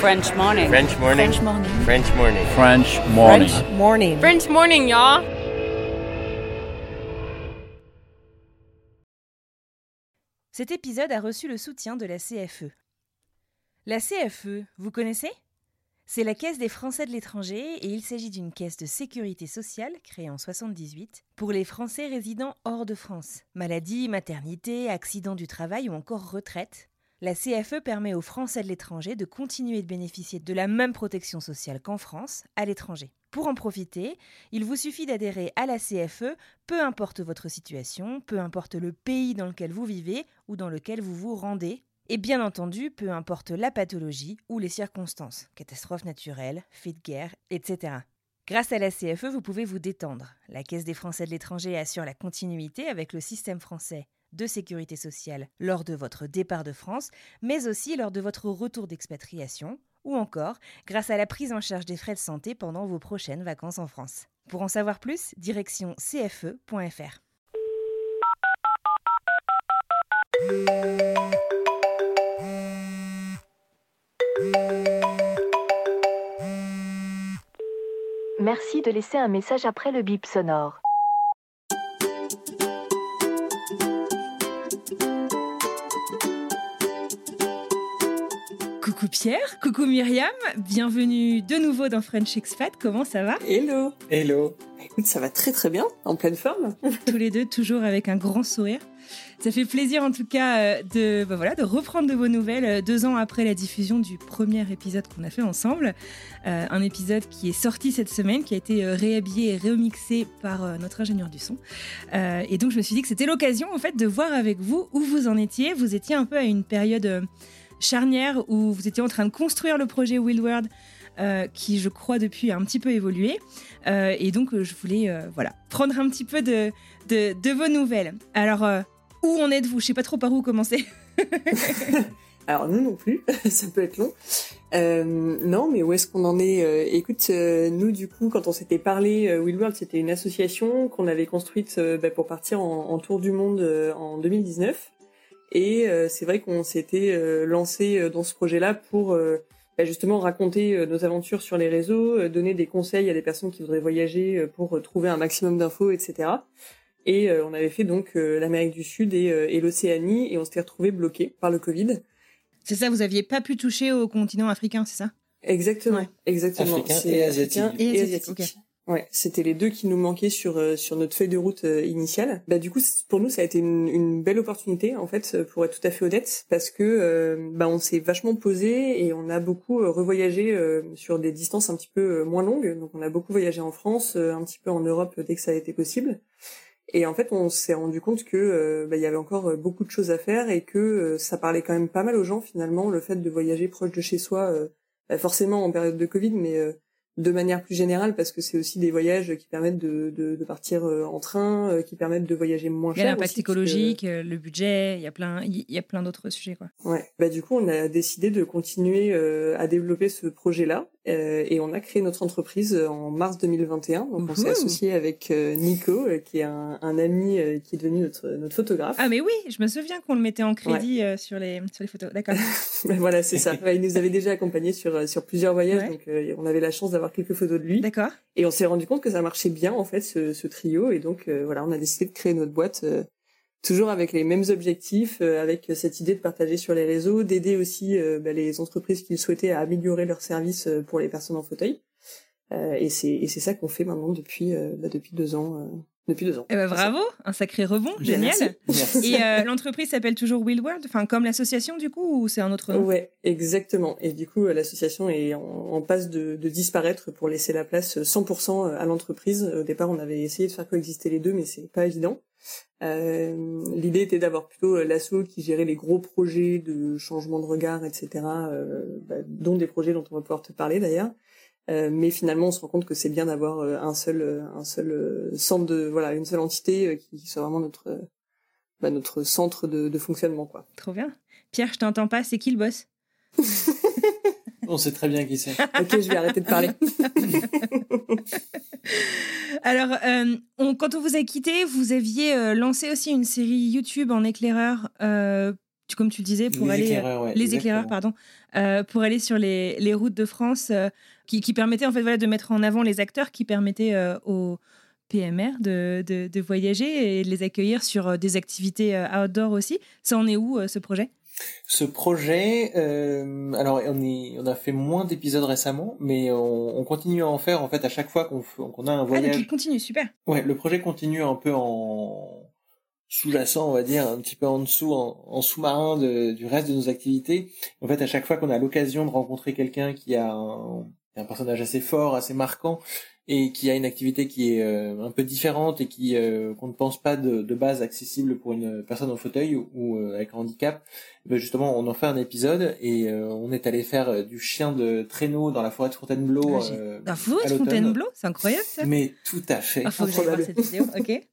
French morning. French morning. French morning. French morning. French morning. French morning. French morning, y'all. Cet épisode a reçu le soutien de la CFE. La CFE, vous connaissez ? C'est la Caisse des Français de l'étranger et il s'agit d'une caisse de sécurité sociale créée en 1978 pour les Français résidant hors de France. Maladie, maternité, accident du travail ou encore retraite. La CFE permet aux Français de l'étranger de continuer de bénéficier de la même protection sociale qu'en France, à l'étranger. Pour en profiter, il vous suffit d'adhérer à la CFE, peu importe votre situation, peu importe le pays dans lequel vous vivez ou dans lequel vous vous rendez, et bien entendu, peu importe la pathologie ou les circonstances, catastrophes naturelles, faits de guerre, etc. Grâce à la CFE, vous pouvez vous détendre. La Caisse des Français de l'étranger assure la continuité avec le système français de sécurité sociale lors de votre départ de France, mais aussi lors de votre retour d'expatriation, ou encore grâce à la prise en charge des frais de santé pendant vos prochaines vacances en France. Pour en savoir plus, direction cfe.fr. Merci de laisser un message après le bip sonore. Coucou Pierre, coucou Myriam, bienvenue de nouveau dans French Expat, comment ça va ? Hello. Hello. Écoute, ça va très très bien, en pleine forme. Tous les deux, toujours avec un grand sourire. Ça fait plaisir en tout cas de reprendre de vos nouvelles 2 ans après la diffusion du premier épisode qu'on a fait ensemble. Un épisode qui est sorti cette semaine, qui a été réhabillé et remixé par notre ingénieur du son. Et donc je me suis dit que c'était l'occasion en fait de voir avec vous où vous en étiez. Vous étiez un peu à une période charnière où vous étiez en train de construire le projet Wildworld, qui je crois depuis a un petit peu évolué. Et donc je voulais prendre un petit peu de vos nouvelles. Alors, où en êtes-vous ? Je sais pas trop par où commencer. Alors nous non plus, ça peut être long. Non, mais où est-ce qu'on en est ? Écoute, nous du coup, quand on s'était parlé, Wildworld, c'était une association qu'on avait construite pour partir en tour du monde en 2019. Et c'est vrai qu'on s'était lancé dans ce projet-là pour justement raconter nos aventures sur les réseaux, donner des conseils à des personnes qui voudraient voyager pour trouver un maximum d'infos, etc. Et on avait fait donc l'Amérique du Sud et l'Océanie, et on s'était retrouvés bloqués par le Covid. C'est ça, vous aviez pas pu toucher au continent africain, c'est ça ? Exactement, Ouais. Exactement. Africain C'est et asiatique. africain et asiatique. Okay. Ouais, c'était les deux qui nous manquaient sur notre feuille de route initiale. Du coup, pour nous, ça a été une belle opportunité en fait, pour être tout à fait honnête, parce que on s'est vachement posé et on a beaucoup revoyagé sur des distances un petit peu moins longues. Donc, on a beaucoup voyagé en France, un petit peu en Europe dès que ça a été possible. Et en fait, on s'est rendu compte que il y avait encore beaucoup de choses à faire et que ça parlait quand même pas mal aux gens finalement, le fait de voyager proche de chez soi, forcément en période de Covid, mais de manière plus générale, parce que c'est aussi des voyages qui permettent de partir en train, qui permettent de voyager moins cher. Il y a l'impact aussi, écologique, le budget, il y a plein d'autres sujets, quoi. Ouais. Du coup, on a décidé de continuer à développer ce projet-là, et on a créé notre entreprise en mars 2021. Donc, on s'est associé avec Nico, qui est un ami qui est devenu notre photographe. Ah mais oui, je me souviens qu'on le mettait en crédit sur les photos. D'accord. Voilà, c'est ça. Ouais, il nous avait déjà accompagnés sur plusieurs voyages, donc on avait la chance d'avoir quelques photos de lui. D'accord. Et on s'est rendu compte que ça marchait bien en fait ce trio, et donc on a décidé de créer notre boîte toujours avec les mêmes objectifs, avec cette idée de partager sur les réseaux, d'aider aussi les entreprises qui le souhaitaient à améliorer leurs services pour les personnes en fauteuil. Et c'est ça qu'on fait maintenant depuis 2 ans. Depuis 2 ans. Eh ben bravo, un sacré rebond, génial. Merci. Et l'entreprise s'appelle toujours Wildworld, enfin comme l'association du coup, ou c'est un autre nom ? Ouais, exactement. Et du coup, l'association est en passe de disparaître pour laisser la place 100% à l'entreprise. Au départ, on avait essayé de faire coexister les deux, mais c'est pas évident. L'idée était d'avoir plutôt l'asso qui gérait les gros projets de changement de regard, etc., dont des projets dont on va pouvoir te parler d'ailleurs. Mais finalement, on se rend compte que c'est bien d'avoir un seul centre une seule entité qui soit vraiment notre centre de fonctionnement, quoi. Trop bien. Pierre, je t'entends pas, c'est qui le boss ? On sait très bien qui c'est. Ok, je vais arrêter de parler. Alors, quand on vous a quitté, vous aviez lancé aussi une série YouTube en éclaireur. comme tu le disais, pour Les aller éclaireurs, ouais, les éclaireurs, exactement. pardon, pour aller sur les routes de France, qui permettaient en fait voilà de mettre en avant les acteurs, qui permettaient aux PMR de voyager et de les accueillir sur des activités outdoor aussi. Ça en est où ce projet? Ce projet, alors on a fait moins d'épisodes récemment, mais on continue à en faire en fait à chaque fois qu'on a un Ah, donc il voyage. continue, super. Ouais, le projet continue un peu en sous-jacent, on va dire, un petit peu en dessous, en sous-marin du reste de nos activités. En fait, à chaque fois qu'on a l'occasion de rencontrer quelqu'un qui a un personnage assez fort, assez marquant, et qui a une activité qui est un peu différente et qui qu'on ne pense pas de base accessible pour une personne en fauteuil ou avec un handicap, ben justement on en fait un épisode et on est allé faire du chien de traîneau dans la forêt de Fontainebleau La forêt à de l'automne. Fontainebleau, c'est incroyable ça. Mais tout à fait. Faut que j'aille voir cette vidéo, ok.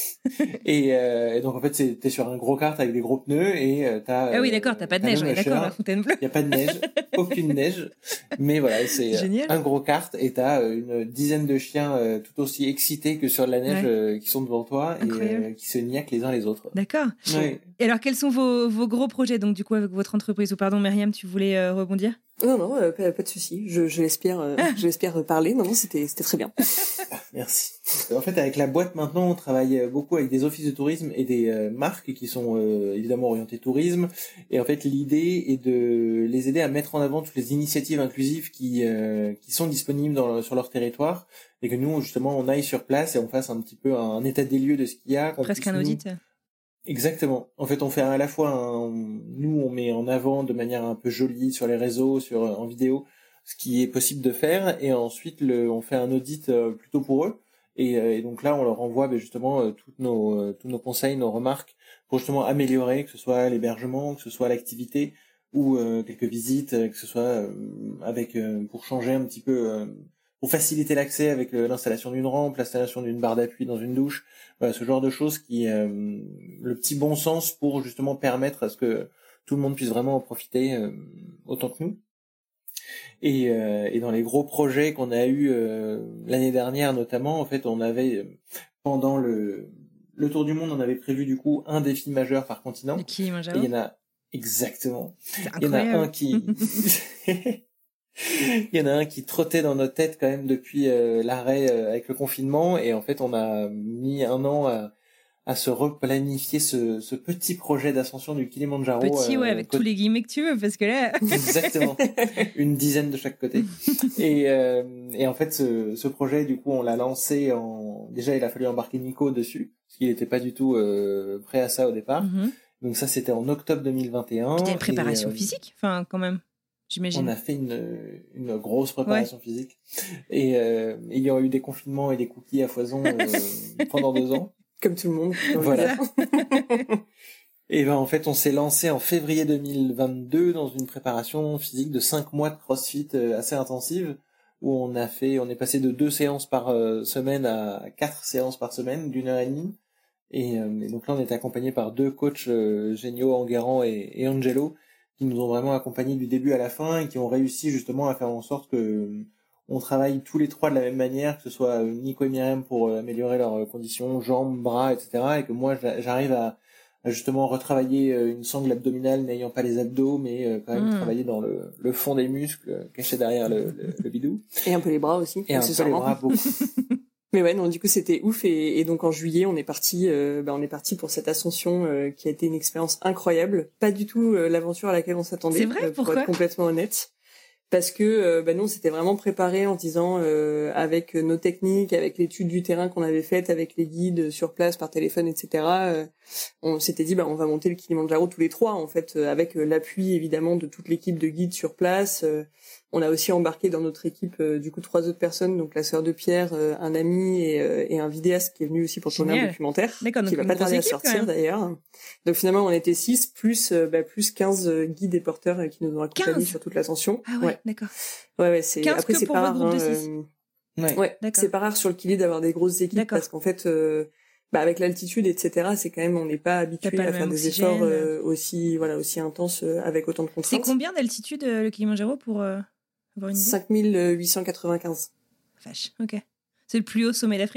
Et donc en fait t'es sur un gros kart avec des gros pneus et Ah oui, d'accord, t'as pas de neige, on est d'accord, à Fontainebleau. Il y a pas de neige, aucune neige, mais voilà, c'est un gros kart et t'as une dizaine de chiens tout aussi excités que sur de la neige qui sont devant toi et qui se niaquent les uns les autres. D'accord. Ouais. Et alors quels sont vos gros projets donc du coup avec votre entreprise? Ou pardon Myriam, tu voulais rebondir? Non, pas de souci. Je l'espère parler. Non, c'était très bien. Merci. En fait, avec la boîte maintenant, on travaille beaucoup avec des offices de tourisme et des marques qui sont évidemment orientées tourisme. Et en fait, l'idée est de les aider à mettre en avant toutes les initiatives inclusives qui sont disponibles sur leur territoire, et que nous, justement, on aille sur place et on fasse un petit peu un état des lieux de ce qu'il y a. Presque un audit. Exactement. En fait, on fait à la fois nous, on met en avant de manière un peu jolie sur les réseaux, en vidéo, ce qui est possible de faire, et ensuite on fait un audit plutôt pour eux. Et donc là, on leur envoie justement tous nos conseils, nos remarques pour justement améliorer, que ce soit l'hébergement, que ce soit l'activité ou quelques visites, que ce soit pour changer un petit peu, pour faciliter l'accès avec l'installation d'une rampe, l'installation d'une barre d'appui dans une douche, voilà, ce genre de choses qui le petit bon sens pour justement permettre à ce que tout le monde puisse vraiment en profiter autant que nous. Et dans les gros projets qu'on a eu l'année dernière notamment, en fait, on avait pendant le tour du monde, on avait prévu du coup un défi majeur par continent. Le Kilimanjaro. Et il y en a exactement. C'est Il y en a incroyable. un qui il y en a un qui trottait dans notre tête quand même depuis l'arrêt avec le confinement, et en fait on a mis un an à se replanifier ce petit projet d'ascension du Kilimanjaro. Petit, ouais, avec tous les guillemets que tu veux, parce que là... Exactement. Une dizaine de chaque côté. Et en fait, ce projet, du coup, on l'a lancé déjà, il a fallu embarquer Nico dessus, parce qu'il n'était pas du tout prêt à ça au départ. Donc ça, c'était en octobre 2021. C'était une préparation physique, enfin, quand même, j'imagine. On a fait une grosse préparation physique. Et il y a eu des confinements et des cookies à foison pendant 2 ans. Comme tout le monde. Voilà. Et ben en fait, on s'est lancé en février 2022 dans une préparation physique de 5 mois de CrossFit assez intensive, où on est passé de 2 séances par semaine à 4 séances par semaine d'1h30. Et donc là, on est accompagné par 2 coachs géniaux, Enguerrand et Angelo, qui nous ont vraiment accompagnés du début à la fin et qui ont réussi justement à faire en sorte que on travaille tous les 3 de la même manière, que ce soit Nico et Myriam pour améliorer leurs conditions, jambes, bras, etc. Et que moi, j'arrive à justement retravailler une sangle abdominale n'ayant pas les abdos, mais quand même travailler dans le fond des muscles cachés derrière le bidou. Et un peu les bras aussi. Et un peu les bras, beaucoup. Mais ouais, non, du coup, c'était ouf. Et donc, en juillet, on est parti pour cette ascension qui a été une expérience incroyable. Pas du tout l'aventure à laquelle on s'attendait. C'est vrai, pour pourquoi être complètement honnête. Parce que nous, on s'était vraiment préparé en disant, avec nos techniques, avec l'étude du terrain qu'on avait faite, avec les guides sur place, par téléphone, etc., on s'était dit, on va monter le Kilimanjaro tous les 3, en fait, avec l'appui, évidemment, de toute l'équipe de guides sur place. On a aussi embarqué dans notre équipe, du coup, 3 autres personnes, donc la sœur de Pierre, un ami et un vidéaste qui est venu aussi pour tourner un documentaire. D'accord, qui va pas tarder à sortir, d'ailleurs. Donc finalement, on était 6, plus 15 guides et porteurs qui nous ont accompagnés sur toute l'ascension. Ah ouais, d'accord. Ouais, c'est, après, c'est pas rare, Ouais, c'est pas rare sur le Kili d'avoir des grosses équipes, parce qu'en fait, avec l'altitude, etc., c'est quand même, on n'est pas habitué à faire des efforts aussi intenses avec autant de contraintes. C'est combien d'altitude le Kilimanjaro pour avoir une idée? 5895. Vache, ok. C'est le plus haut sommet d'Afrique?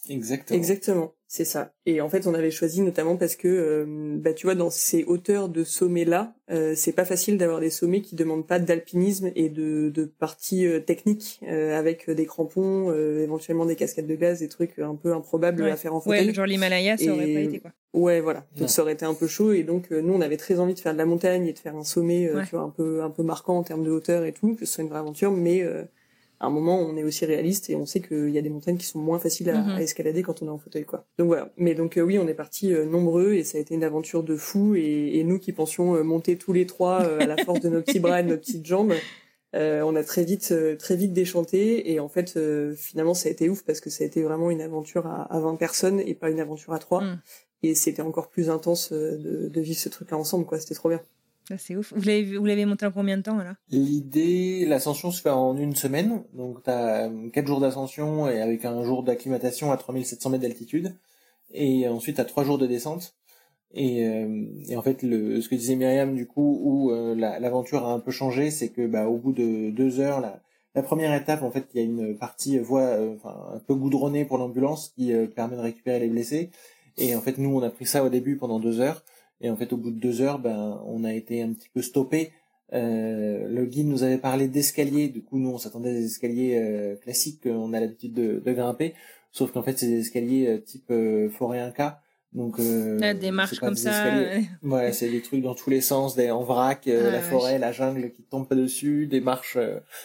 Exactement, c'est ça. Et en fait, on avait choisi notamment parce que, tu vois, dans ces hauteurs de sommets-là, c'est pas facile d'avoir des sommets qui demandent pas d'alpinisme et de parties techniques avec des crampons, éventuellement des cascades de gaz, des trucs un peu improbables à faire en fauteuil. Ouais, genre l'Himalaya, ça aurait pas été quoi. Ouais, voilà. Donc ça aurait été un peu chaud et donc nous on avait très envie de faire de la montagne et de faire un sommet, tu vois, un peu marquant en termes de hauteur et tout, que ce soit une vraie aventure, mais à un moment, on est aussi réaliste et on sait qu'il y a des montagnes qui sont moins faciles à escalader quand on est en fauteuil, quoi. Donc voilà. Mais donc oui, on est partis nombreux et ça a été une aventure de fou. Et nous qui pensions monter tous les trois à la force de nos petits bras et de nos petites jambes, on a très vite déchanté. Et en fait, finalement, ça a été ouf parce que ça a été vraiment une aventure à 20 personnes et pas une aventure à 3. Et c'était encore plus intense de vivre ce truc-là ensemble, quoi. C'était trop bien. Ça, c'est ouf. Vous l'avez monté en combien de temps, alors? L'ascension se fait en une semaine. Donc, t'as 4 jours d'ascension et avec un jour d'acclimatation à 3700 mètres d'altitude. Et ensuite, t'as 3 jours de descente. Et en fait, ce que disait Myriam, du coup, où l'aventure a un peu changé, c'est que, au bout de 2 heures, la première étape, en fait, il y a une partie voie, un peu goudronnée pour l'ambulance qui permet de récupérer les blessés. Et en fait, nous, on a pris ça au début pendant 2 heures. Et en fait, au bout de 2 heures, on a été un petit peu stoppé. Le guide nous avait parlé d'escaliers. Du coup, nous, on s'attendait à des escaliers classiques qu'on a l'habitude de grimper. Sauf qu'en fait, c'est des escaliers type forêt Inca. Donc, des marches comme ça. Ouais, c'est des trucs dans tous les sens, en vrac, la forêt, la jungle qui tombe pas dessus, des marches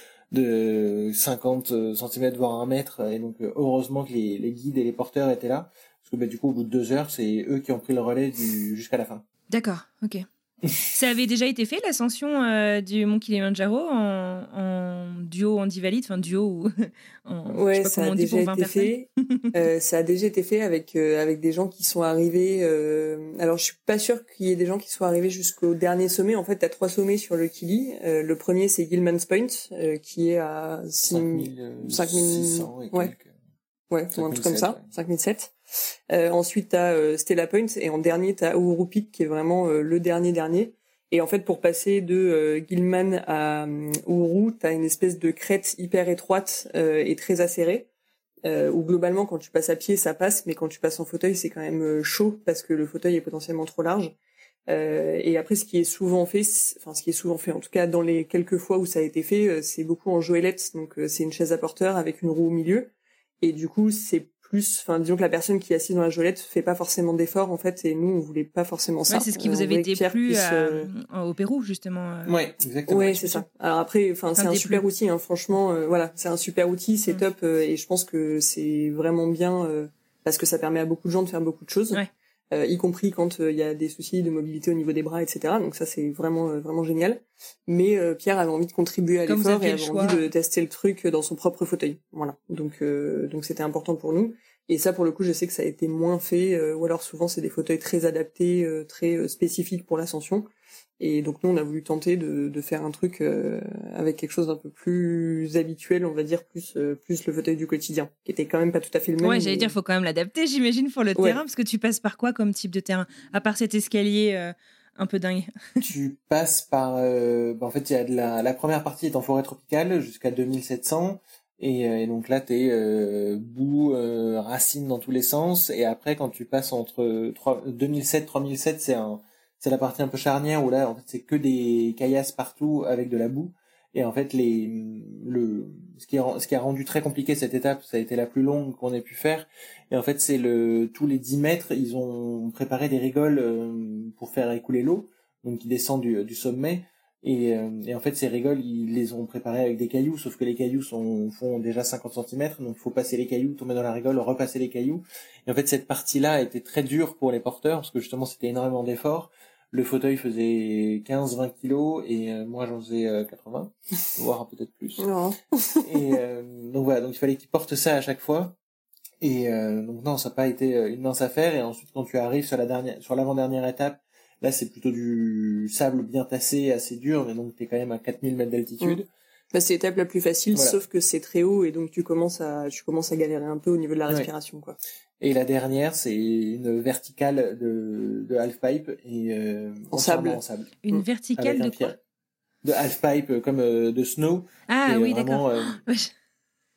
de 50 cm voire 1 mètre. Et donc, heureusement que les guides et les porteurs étaient là. Parce que du coup, au bout de 2 heures, c'est eux qui ont pris le relais jusqu'à la fin. D'accord, ok. Ça avait déjà été fait, l'ascension du mont Kilimandjaro en duo handivalide, enfin duo ou ouais, ça a déjà été fait. Ça a déjà été fait avec des gens qui sont arrivés. Alors, je suis pas sûre qu'il y ait des gens qui soient arrivés jusqu'au dernier sommet. En fait, t'as 3 sommets sur le Kili. Le premier, c'est Gilman's Point, qui est à 5600 et ouais. quelques. Ouais, un truc comme ça, ouais. 5007. Ensuite, t'as Stella Point et en dernier, t'as Uhuru Peak qui est vraiment le dernier. Et en fait, pour passer de Gilman à Uhuru, t'as une espèce de crête hyper étroite et très acérée. Où globalement, quand tu passes à pied, ça passe, mais quand tu passes en fauteuil, c'est quand même chaud parce que le fauteuil est potentiellement trop large. Et après, ce qui est souvent fait, en tout cas dans les quelques fois où ça a été fait, c'est beaucoup en joëlette. Donc, c'est une chaise à porteur avec une roue au milieu. Et du coup, c'est plus, disons que la personne qui est assise dans la joëlette fait pas forcément d'effort, en fait, et nous, on voulait pas forcément ça. Ouais, c'est ce qui vous avait déplu au Pérou, justement. Ouais, exactement. Ouais, c'est ça. Alors après, c'est un super outil, hein, franchement, voilà, c'est un super outil, c'est top, et je pense que c'est vraiment bien, parce que ça permet à beaucoup de gens de faire beaucoup de choses. Ouais. Y compris quand il y a des soucis de mobilité au niveau des bras, etc. Donc ça, c'est vraiment vraiment génial. Mais Pierre avait envie de contribuer à l'effort et avait envie de tester le truc dans son propre fauteuil. Voilà. Donc c'était important pour nous. Et ça, pour le coup, je sais que ça a été moins fait. Ou alors souvent, c'est des fauteuils très adaptés, très spécifiques pour l'ascension. Et donc nous, on a voulu tenter de faire un truc avec quelque chose d'un peu plus habituel, on va dire, plus le fauteuil du quotidien, qui était quand même pas tout à fait le même. Ouais, j'allais dire, faut quand même l'adapter, j'imagine, pour le terrain, parce que tu passes par quoi comme type de terrain, à part cet escalier un peu dingue? Tu passes par, en fait, il y a la première partie est en forêt tropicale jusqu'à 2700. Et donc là, t'es boue, racines dans tous les sens. Et après, quand tu passes entre 2007 3007, c'est la partie un peu charnière où là, en fait, c'est que des caillasses partout avec de la boue. Et en fait, ce qui a rendu très compliqué cette étape, ça a été la plus longue qu'on ait pu faire. Et en fait, c'est tous les 10 mètres, ils ont préparé des rigoles pour faire écouler l'eau, donc qui descend du sommet. Et en fait, ces rigoles, ils les ont préparées avec des cailloux, sauf que les cailloux font déjà 50 cm, donc il faut passer les cailloux, tomber dans la rigole, repasser les cailloux. Et en fait, cette partie-là était très dure pour les porteurs, parce que justement, c'était énormément d'efforts. Le fauteuil faisait 15-20 kilos, et moi, j'en faisais 80, voire peut-être plus. Non. Et donc voilà, donc il fallait qu'ils portent ça à chaque fois. Et donc non, ça n'a pas été une mince affaire. Et ensuite, quand tu arrives sur l'avant-dernière étape, là, c'est plutôt du sable bien tassé, assez dur, mais donc t'es quand même à 4000 mètres d'altitude. C'est l'étape la plus facile, voilà. Sauf que c'est très haut et donc tu commences à galérer un peu au niveau de la respiration, quoi. Et la dernière, c'est une verticale de halfpipe et en sable. Une verticale de quoi? De halfpipe comme de snow. Ah oui, d'accord.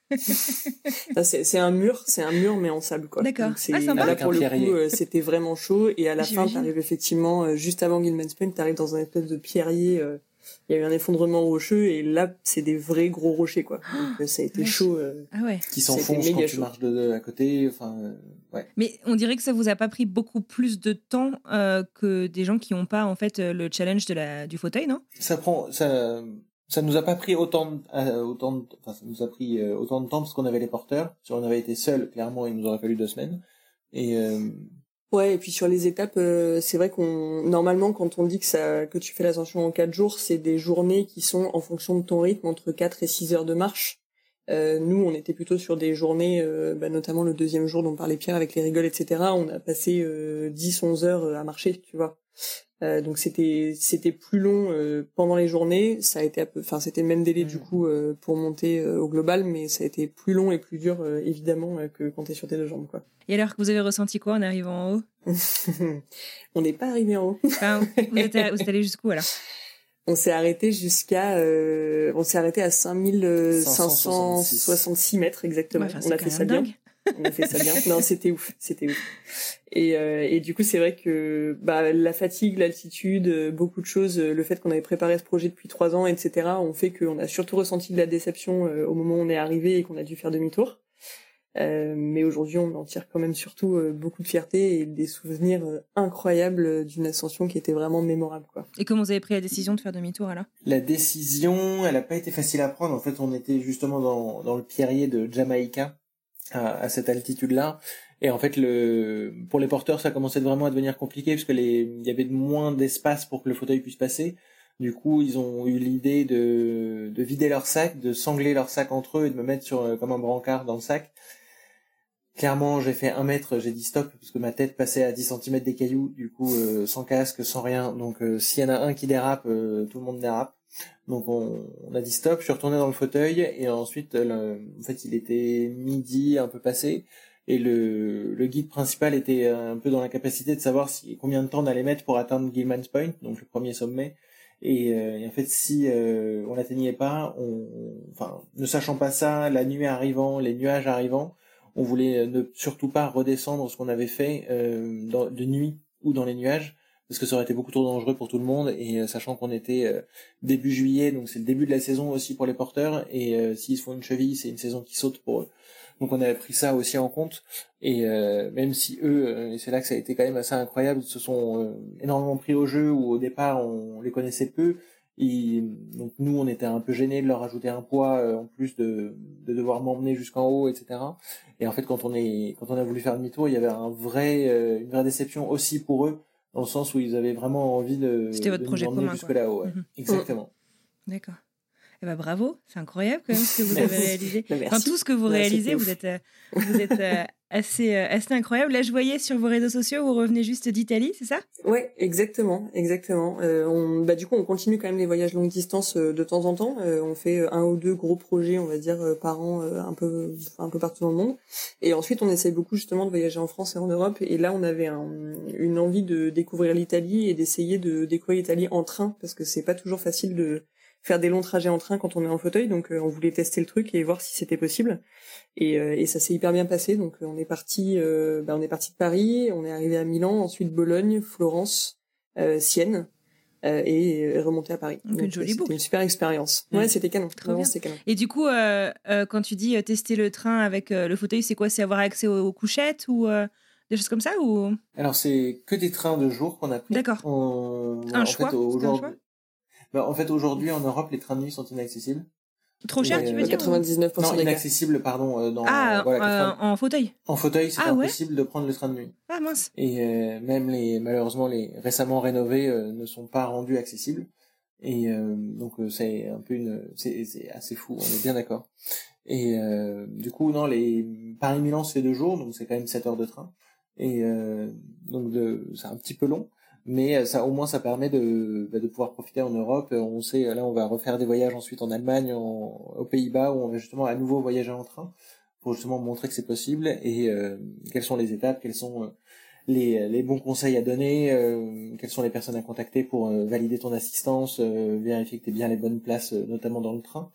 C'est un mur mais en sable quoi. D'accord. Donc Ah, sympa. là Avec pour un le pierrier. coup c'était vraiment chaud et à la fin J'imagine. t'arrives effectivement juste avant Gilman's Point, t'arrives dans un espèce de pierrier. Il y a eu un effondrement rocheux et là c'est des vrais gros rochers quoi. Donc ça a été Ouais. chaud. Ah ouais. Qui C'était s'enfonce méga quand tu chaud. marches à côté. Enfin, ouais. Mais on dirait que ça vous a pas pris beaucoup plus de temps que des gens qui n'ont pas en fait le challenge du fauteuil, non? Ça nous a pas pris enfin, ça nous a pris autant de temps parce qu'on avait les porteurs. Si on avait été seul, clairement, il nous aurait fallu 2 semaines. Et Ouais, et puis sur les étapes, c'est vrai normalement, quand on dit que tu fais l'ascension en 4 jours, c'est des journées qui sont en fonction de ton rythme, entre 4 et 6 heures de marche. Nous, on était plutôt sur des journées, notamment le deuxième jour dont parlait Pierre avec les rigoles, etc. On a passé 10-11 heures à marcher, tu vois. Donc c'était plus long pendant les journées. Ça a été c'était le même délai du coup pour monter au global, mais ça a été plus long et plus dur évidemment que quand t'es sur tes 2 jambes quoi. Et alors que vous avez ressenti quoi en arrivant en haut? On n'est pas arrivé en haut. Enfin, vous êtes allé jusqu'où alors? On s'est arrêté à 5566 mètres exactement. Ouais, enfin, on a c'est fait quand ça même bien. dingue. On a fait ça bien. Non, c'était ouf. Et du coup, c'est vrai que la fatigue, l'altitude, beaucoup de choses, le fait qu'on avait préparé ce projet depuis 3 ans, etc., ont fait qu'on a surtout ressenti de la déception au moment où on est arrivé et qu'on a dû faire demi-tour. Mais aujourd'hui, on en tire quand même surtout beaucoup de fierté et des souvenirs incroyables d'une ascension qui était vraiment mémorable, quoi. Et comment vous avez pris la décision de faire demi-tour alors? la décision, elle a pas été facile à prendre. En fait, on était justement dans le pierrier de Jamaïca à cette altitude-là. Et en fait, pour les porteurs, ça commençait vraiment à devenir compliqué parce que il y avait moins d'espace pour que le fauteuil puisse passer. Du coup, ils ont eu l'idée de vider leur sac, de sangler leur sac entre eux et de me mettre comme un brancard dans le sac. Clairement, j'ai fait 1 mètre, j'ai dit stop parce que ma tête passait à 10 cm des cailloux, du coup sans casque, sans rien. Donc s'il y en a un qui dérape, tout le monde dérape. Donc on a dit stop, je suis retourné dans le fauteuil et ensuite en fait il était midi un peu passé et le guide principal était un peu dans la capacité de savoir combien de temps on allait mettre pour atteindre Gilman's Point, donc le premier sommet. Et en fait si on l'atteignait pas, enfin ne sachant pas ça, la nuit arrivant, les nuages arrivant, on voulait surtout pas redescendre ce qu'on avait fait de nuit ou dans les nuages parce que ça aurait été beaucoup trop dangereux pour tout le monde et sachant qu'on était début juillet, donc c'est le début de la saison aussi pour les porteurs et s'ils se font une cheville, c'est une saison qui saute pour eux. Donc on avait pris ça aussi en compte et même si eux, et c'est là que ça a été quand même assez incroyable, se sont énormément pris au jeu où au départ on les connaissait peu. Donc nous on était un peu gênés de leur ajouter un poids en plus de devoir m'emmener jusqu'en haut, etc. Et en fait quand on a voulu faire demi-tour, il y avait une vraie déception aussi pour eux, dans le sens où ils avaient vraiment envie C'était votre de projet nous emmener commun, jusque quoi. là-haut. Ouais. Exactement. D'accord. Eh ben bravo, c'est incroyable quand même ce que vous avez réalisé. Merci. Enfin, tout ce que vous réalisez, vous êtes assez incroyable. Là, je voyais sur vos réseaux sociaux, vous revenez juste d'Italie, c'est ça? Ouais, exactement. Du coup, on continue quand même les voyages longue distance de temps en temps. On fait 1 ou 2 gros projets, on va dire, par an, un peu partout dans le monde. Et ensuite, on essaye beaucoup justement de voyager en France et en Europe. Et là, on avait une envie de découvrir l'Italie et d'essayer de découvrir l'Italie en train, parce que c'est pas toujours facile de faire des longs trajets en train quand on est en fauteuil. Donc, on voulait tester le truc et voir si c'était possible. Et ça s'est hyper bien passé. Donc on est parti de Paris, on est arrivé à Milan, ensuite Bologne, Florence, Sienne et remonté à Paris. Donc une jolie boucle. C'était une super expérience. Ouais, c'était canon. Vraiment, c'était canon. Et du coup, quand tu dis tester le train avec le fauteuil, c'est quoi? C'est avoir accès aux couchettes ou des choses comme ça ou... Alors c'est que des trains de jour qu'on a pris. D'accord. Un choix. En fait aujourd'hui en Europe les trains de nuit sont inaccessibles. Trop cher, tu veux dire? 99% Non, des inaccessible, pardon. En fauteuil. En fauteuil, c'est impossible de prendre le train de nuit. Ah mince. Et même malheureusement les récemment rénovés ne sont pas rendus accessibles. Et donc c'est un peu c'est assez fou, on est bien d'accord. Et du coup non, les Paris-Milan c'est 2 jours, donc c'est quand même 7 heures de train. Et donc c'est un petit peu long. Mais ça, au moins, ça permet de pouvoir profiter en Europe. On sait, là, on va refaire des voyages ensuite en Allemagne, aux Pays-Bas, où on va justement à nouveau voyager en train pour justement montrer que c'est possible et quelles sont les étapes, quels sont les bons conseils à donner, quelles sont les personnes à contacter pour valider ton assistance, vérifier que tu es bien les bonnes places, notamment dans le train.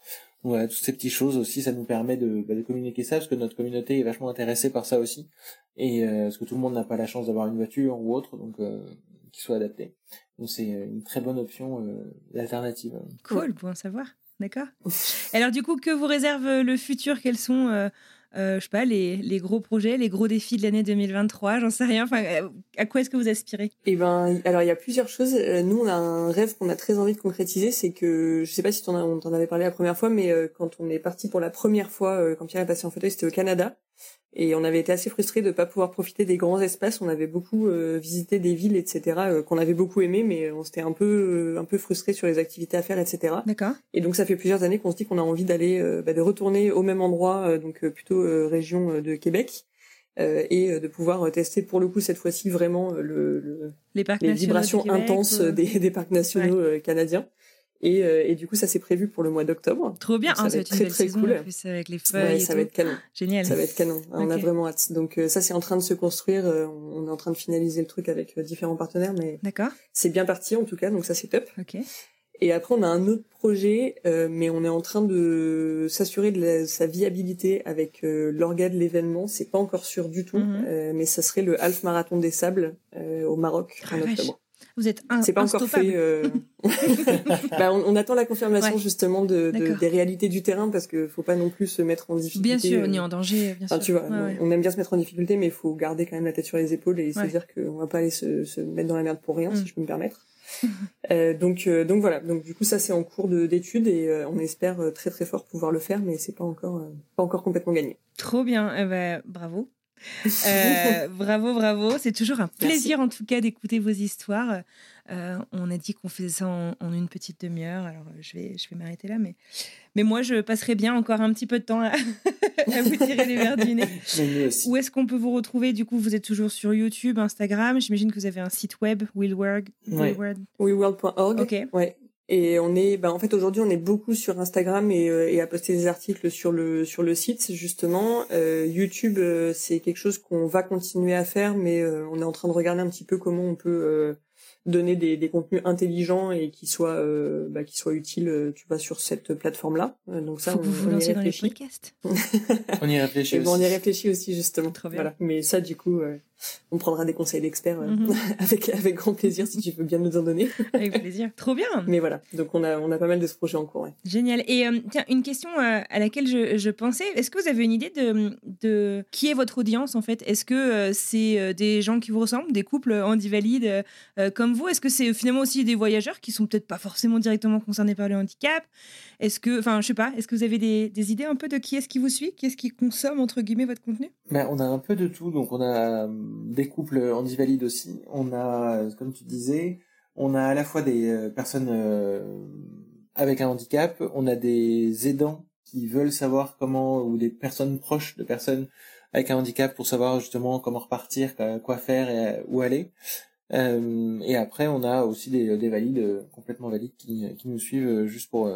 Voilà, toutes ces petites choses aussi, ça nous permet de communiquer ça, parce que notre communauté est vachement intéressée par ça aussi, et parce que tout le monde n'a pas la chance d'avoir une voiture ou autre, donc qui soit adapté. Donc c'est une très bonne option, l'alternative. Cool, bon à savoir. D'accord. Alors du coup, que vous réserve le futur? Quels sont, je sais pas, les gros projets, les gros défis de l'année 2023? J'en sais rien. Enfin, à quoi est-ce que vous aspirez? Eh ben, alors il y a plusieurs choses. Nous, on a un rêve qu'on a très envie de concrétiser, c'est que, je sais pas si on t'en avait parlé la première fois, mais quand on est parti pour la première fois, quand Pierre est passé en fauteuil, c'était au Canada. Et on avait été assez frustrés de pas pouvoir profiter des grands espaces. On avait beaucoup visité des villes, etc., qu'on avait beaucoup aimé, mais on s'était un peu frustrés sur les activités à faire, etc. D'accord. Et donc ça fait plusieurs années qu'on se dit qu'on a envie d'aller, de retourner au même endroit, donc plutôt région de Québec, et de pouvoir tester pour le coup cette fois-ci vraiment les vibrations intenses des parcs nationaux canadiens. Et du coup, ça c'est prévu pour le mois d'octobre. Trop bien, ça va être très très cool. En plus avec les feuilles. Ça va être canon. Génial. Ça va être canon. On a vraiment hâte. Donc ça c'est en train de se construire. On est en train de finaliser le truc avec différents partenaires, mais d'accord. C'est bien parti en tout cas. Donc ça c'est top. Ok. Et après on a un autre projet, mais on est en train de s'assurer de sa viabilité avec l'orga de l'événement. C'est pas encore sûr du tout, mais ça serait le Half Marathon des Sables au Maroc en octobre. Vous êtes c'est pas encore fait. Bah, on attend la confirmation justement des réalités du terrain, parce que faut pas non plus se mettre en difficulté. Bien sûr, ni en danger, bien sûr. Tu vois, on aime bien se mettre en difficulté, mais il faut garder quand même la tête sur les épaules et se dire qu'on va pas aller se mettre dans la merde pour rien, si je peux me permettre. Donc voilà. Donc du coup ça c'est en cours d'études et on espère très très fort pouvoir le faire, mais c'est pas encore complètement gagné. Trop bien. Bravo. Bravo. C'est toujours un plaisir en tout cas d'écouter vos histoires. On a dit qu'on faisait ça en une petite demi-heure. Alors je vais m'arrêter là, mais moi je passerai bien encore un petit peu de temps à vous tirer les verres du nez. Où est-ce qu'on peut vous retrouver? Du coup, vous êtes toujours sur YouTube, Instagram. J'imagine que vous avez un site web, willworld. willworld.org. Ok. Ouais. Et on est, en fait, aujourd'hui, on est beaucoup sur Instagram et à poster des articles sur le site, justement. YouTube, c'est quelque chose qu'on va continuer à faire, mais on est en train de regarder un petit peu comment on peut donner des contenus intelligents et qui soient utiles, tu vois, sur cette plateforme-là. Donc ça, vous lancez dans les podcasts. On y réfléchit aussi. On y réfléchit aussi, justement. Trop bien. Voilà. Mais ça, du coup, on prendra des conseils d'experts avec grand plaisir, si tu veux bien nous en donner. Avec plaisir. Trop bien. Mais voilà. Donc on a pas mal de ce projet en cours. Ouais. Génial. Et tiens, une question à laquelle je pensais. Est-ce que vous avez une idée de qui est votre audience en fait? Est-ce que c'est des gens qui vous ressemblent, des couples handivalides comme vous? Est-ce que c'est finalement aussi des voyageurs qui sont peut-être pas forcément directement concernés par le handicap? Est-ce que, enfin, je sais pas. Est-ce que vous avez des idées un peu de qui est-ce qui vous suit, qui est-ce qui consomme entre guillemets votre contenu? On a un peu de tout. Donc on a des couples handivalides aussi. On a, comme tu disais, on a à la fois des personnes avec un handicap, on a des aidants qui veulent savoir comment, ou des personnes proches de personnes avec un handicap pour savoir justement comment repartir, quoi faire et où aller. Et après on a aussi des valides, complètement valides qui nous suivent juste pour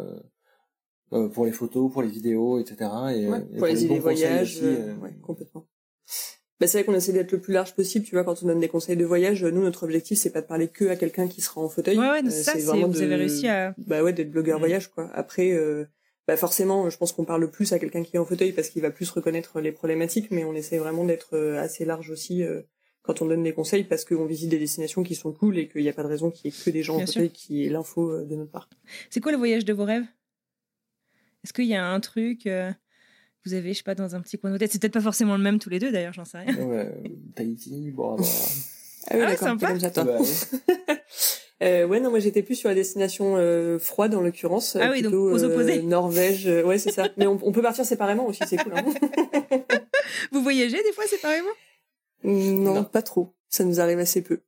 les photos, pour les vidéos, etc. Et pour les idées voyages, complètement. C'est vrai qu'on essaie d'être le plus large possible, tu vois, quand on donne des conseils de voyage. Nous, notre objectif, c'est pas de parler que à quelqu'un qui sera en fauteuil. C'est vraiment vous avez réussi à... d'être blogueur voyage, quoi. Après, forcément, je pense qu'on parle plus à quelqu'un qui est en fauteuil parce qu'il va plus reconnaître les problématiques, mais on essaie vraiment d'être assez large aussi quand on donne des conseils, parce qu'on visite des destinations qui sont cool et qu'il n'y a pas de raison qu'il y ait que des gens en fauteuil qui aient l'info de notre part. C'est quoi le voyage de vos rêves? Est-ce qu'il y a un truc... vous avez, je sais pas, dans un petit coin de tête. C'est peut-être pas forcément le même tous les deux, d'ailleurs, j'en sais rien. Tahiti, Bora Bora. Ah oui, d'accord, sympa. Comme ça, toi. Non, moi j'étais plus sur la destination froide en l'occurrence. Ah oui, plutôt, donc aux opposés. Norvège, ouais, c'est ça. Mais on peut partir séparément aussi, c'est cool. Hein. Vous voyagez des fois séparément? Non, pas trop. Ça nous arrive assez peu.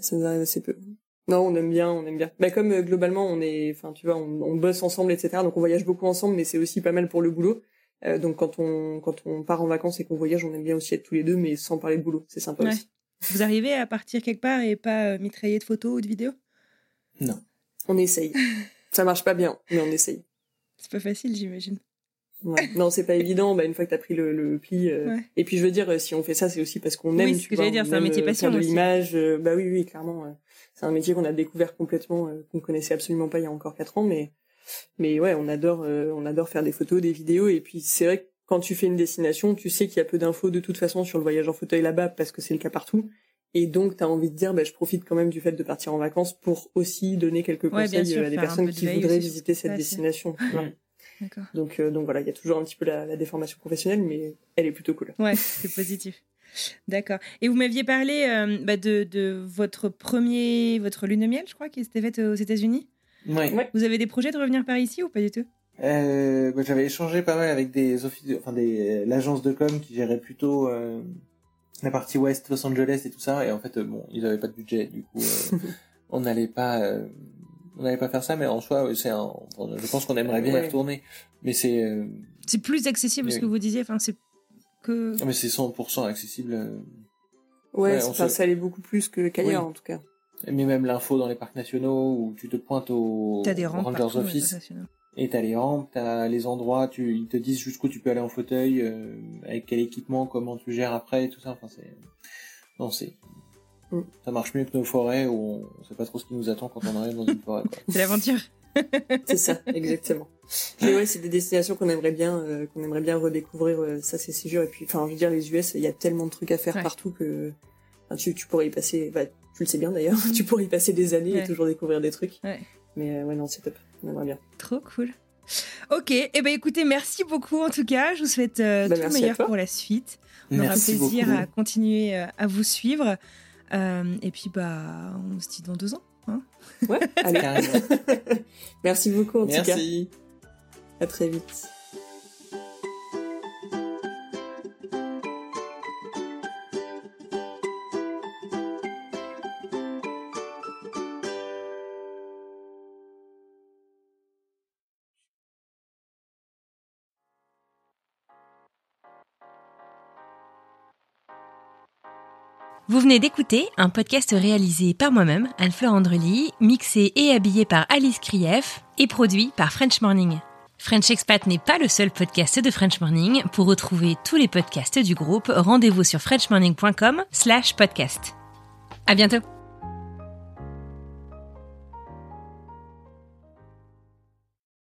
Non, on aime bien. Comme globalement, on bosse ensemble, etc. Donc on voyage beaucoup ensemble, mais c'est aussi pas mal pour le boulot. Donc quand on part en vacances et qu'on voyage, on aime bien aussi être tous les deux, mais sans parler de boulot. C'est sympa aussi. Vous arrivez à partir quelque part et pas mitrailler de photos ou de vidéos? Non. On essaye. Ça marche pas bien, mais on essaye. C'est pas facile, j'imagine. Ouais. Non, c'est pas évident. Une fois que t'as pris le pli, et puis je veux dire, si on fait ça, c'est aussi parce qu'on aime. Oui, ce que j'allais dire, c'est un métier passion de aussi. l'image. Oui, clairement. C'est un métier qu'on a découvert complètement, qu'on connaissait absolument pas il y a encore 4 ans, mais Mais ouais, on adore faire des photos, des vidéos, et puis c'est vrai que quand tu fais une destination, tu sais qu'il y a peu d'infos de toute façon sur le voyage en fauteuil là-bas parce que c'est le cas partout. Et donc, t'as envie de dire, je profite quand même du fait de partir en vacances pour aussi donner quelques conseils à des personnes qui voudraient visiter cette destination. Ouais. D'accord. Donc voilà, il y a toujours un petit peu la déformation professionnelle, mais elle est plutôt cool. Ouais, c'est positif. D'accord. Et vous m'aviez parlé de votre lune de miel, je crois, qui s'était faite aux États-Unis. Ouais. Vous avez des projets de revenir par ici ou pas du tout? J'avais échangé pas mal avec l'agence de com qui gérait plutôt la partie ouest, Los Angeles et tout ça, et en fait ils avaient pas de budget, du coup on n'allait pas faire ça, mais en soi je pense qu'on aimerait bien y retourner, mais c'est plus accessible, ce que vous disiez, enfin c'est que mais c'est 100% accessible. Ça allait beaucoup plus qu'ailleurs en tout cas. Mais même l'info dans les parcs nationaux où tu te pointes au Rangers Office et t'as les rampes, t'as les endroits, ils te disent jusqu'où tu peux aller en fauteuil, avec quel équipement, comment tu gères après, et tout ça. Enfin, ça marche mieux que nos forêts où on sait pas trop ce qui nous attend quand on arrive dans une forêt, quoi. C'est l'aventure. C'est ça, exactement. Mais ouais, c'est des destinations qu'on aimerait bien redécouvrir, ça c'est sûr. Et puis, enfin, je veux dire, les US, il y a tellement de trucs à faire partout que tu pourrais y passer, tu le sais bien d'ailleurs, tu pourrais y passer des années et toujours découvrir des trucs. Ouais. Mais non, c'est top, on aimerait bien. Trop cool. Ok, écoutez, merci beaucoup en tout cas, je vous souhaite tout le meilleur pour la suite. On aura plaisir à continuer à vous suivre. Et puis on se dit dans 2 ans. Hein, ouais, allez. Merci beaucoup en tout cas. Merci. À très vite. Vous venez d'écouter un podcast réalisé par moi-même, Anne-Fleur Andrely, mixé et habillé par Alice Krief et produit par French Morning. French Expat n'est pas le seul podcast de French Morning. Pour retrouver tous les podcasts du groupe, rendez-vous sur frenchmorning.com/podcast. À bientôt!